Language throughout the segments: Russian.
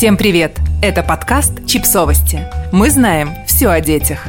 Всем привет! Это подкаст «Чипсовости». Мы знаем все о детях.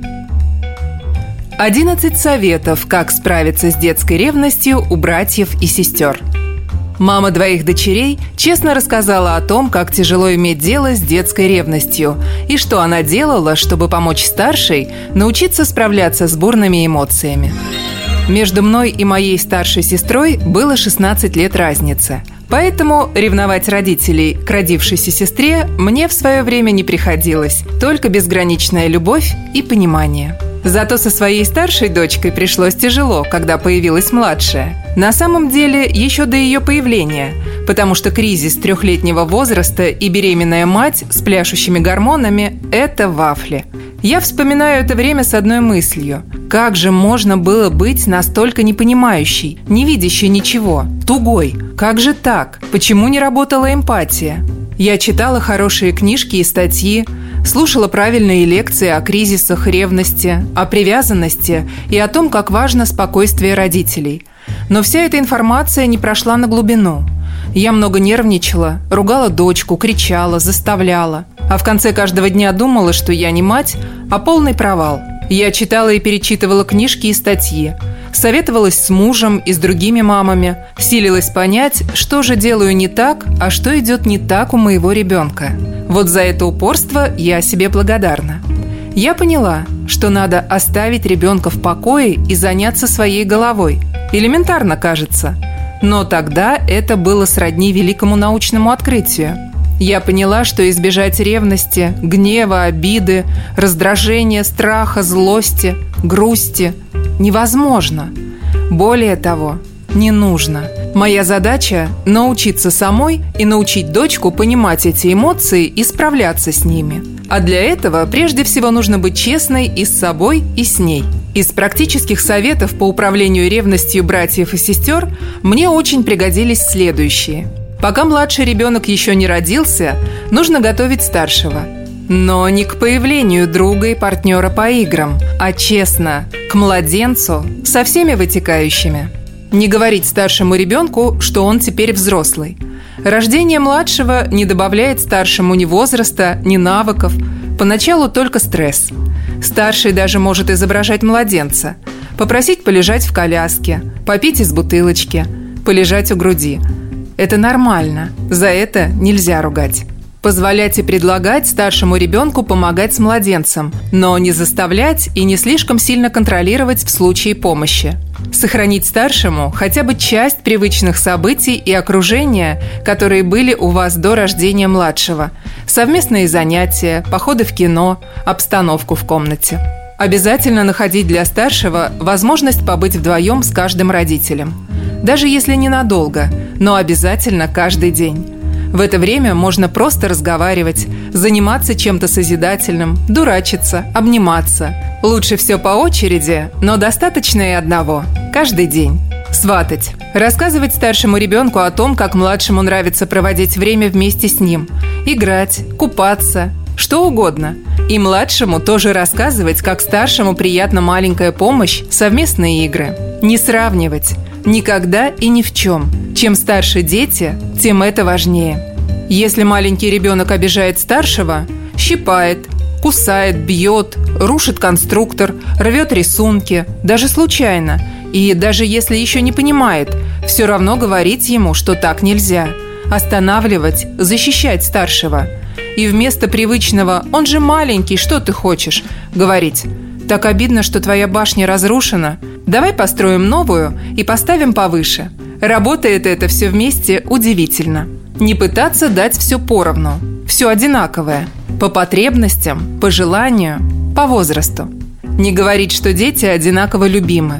11 советов, как справиться с детской ревностью у братьев и сестер. Мама двоих дочерей честно рассказала о том, как тяжело иметь дело с детской ревностью и что она делала, чтобы помочь старшей научиться справляться с бурными эмоциями. Между мной и моей старшей сестрой было 16 лет разницы. Поэтому ревновать родителей к родившейся сестре мне в свое время не приходилось, только безграничная любовь и понимание. Зато со своей старшей дочкой пришлось тяжело, когда появилась младшая. На самом деле, еще до ее появления, потому что кризис 3-летнего возраста и беременная мать с пляшущими гормонами – это вафли. Я вспоминаю это время с одной мыслью. Как же можно было быть настолько непонимающей, не видящей ничего, тугой? Как же так? Почему не работала эмпатия? Я читала хорошие книжки и статьи, слушала правильные лекции о кризисах ревности, о привязанности и о том, как важно спокойствие родителей. Но вся эта информация не прошла на глубину. Я много нервничала, ругала дочку, кричала, заставляла. А в конце каждого дня думала, что я не мать, а полный провал. Я читала и перечитывала книжки и статьи, советовалась с мужем и с другими мамами, силилась понять, что же делаю не так, а что идет не так у моего ребенка. Вот за это упорство я себе благодарна. Я поняла, что надо оставить ребенка в покое и заняться своей головой. Элементарно, кажется. Но тогда это было сродни великому научному открытию. Я поняла, что избежать ревности, гнева, обиды, раздражения, страха, злости, грусти невозможно. Более того, не нужно. Моя задача – научиться самой и научить дочку понимать эти эмоции и справляться с ними. А для этого прежде всего нужно быть честной и с собой, и с ней. Из практических советов по управлению ревностью братьев и сестер мне очень пригодились следующие. Пока младший ребенок еще не родился, нужно готовить старшего. Но не к появлению друга и партнера по играм, а честно, к младенцу со всеми вытекающими. Не говорить старшему ребенку, что он теперь взрослый. Рождение младшего не добавляет старшему ни возраста, ни навыков. Поначалу только стресс. Старший даже может изображать младенца. Попросить полежать в коляске, попить из бутылочки, полежать у груди. Это нормально. За это нельзя ругать. Позволять и предлагать старшему ребенку помогать с младенцем, но не заставлять и не слишком сильно контролировать в случае помощи. Сохранить старшему хотя бы часть привычных событий и окружения, которые были у вас до рождения младшего. Совместные занятия, походы в кино, обстановку в комнате. Обязательно находить для старшего возможность побыть вдвоем с каждым родителем. Даже если ненадолго, но обязательно каждый день. В это время можно просто разговаривать, заниматься чем-то созидательным, дурачиться, обниматься. Лучше все по очереди, но достаточно и одного. Каждый день. Сватать. Рассказывать старшему ребенку о том, как младшему нравится проводить время вместе с ним. Играть, купаться, что угодно. И младшему тоже рассказывать, как старшему приятна маленькая помощь, совместные игры. Не сравнивать. Никогда и ни в чем. Чем старше дети, тем это важнее. Если маленький ребенок обижает старшего, щипает, кусает, бьет, рушит конструктор, рвет рисунки, даже случайно, и даже если еще не понимает, все равно говорить ему, что так нельзя. Останавливать, защищать старшего. И вместо привычного «он же маленький, что ты хочешь?» говорить «так обидно, что твоя башня разрушена, давай построим новую и поставим повыше». Работает это все вместе удивительно. Не пытаться дать все поровну, все одинаковое, по потребностям, по желанию, по возрасту. Не говорить, что дети одинаково любимы.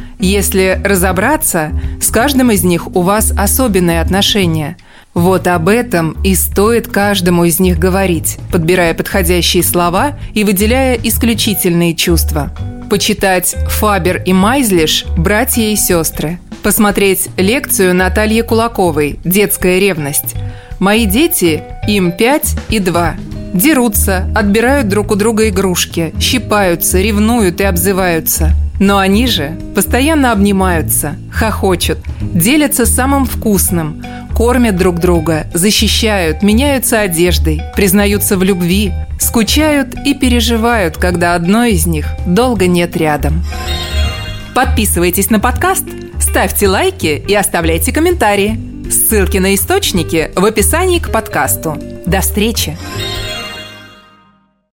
Если разобраться, с каждым из них у вас особенные отношения. Вот об этом и стоит каждому из них говорить, подбирая подходящие слова и выделяя исключительные чувства. Почитать Фабер и Майзлиш «Братья и сестры». Посмотреть лекцию Натальи Кулаковой «Детская ревность». Мои дети, им 5 и 2. Дерутся, отбирают друг у друга игрушки, щипаются, ревнуют и обзываются. Но они же постоянно обнимаются, хохочут, делятся самым вкусным, кормят друг друга, защищают, меняются одеждой, признаются в любви, скучают и переживают, когда одной из них долго нет рядом. Подписывайтесь на подкаст, ставьте лайки и оставляйте комментарии. Ссылки на источники в описании к подкасту. До встречи!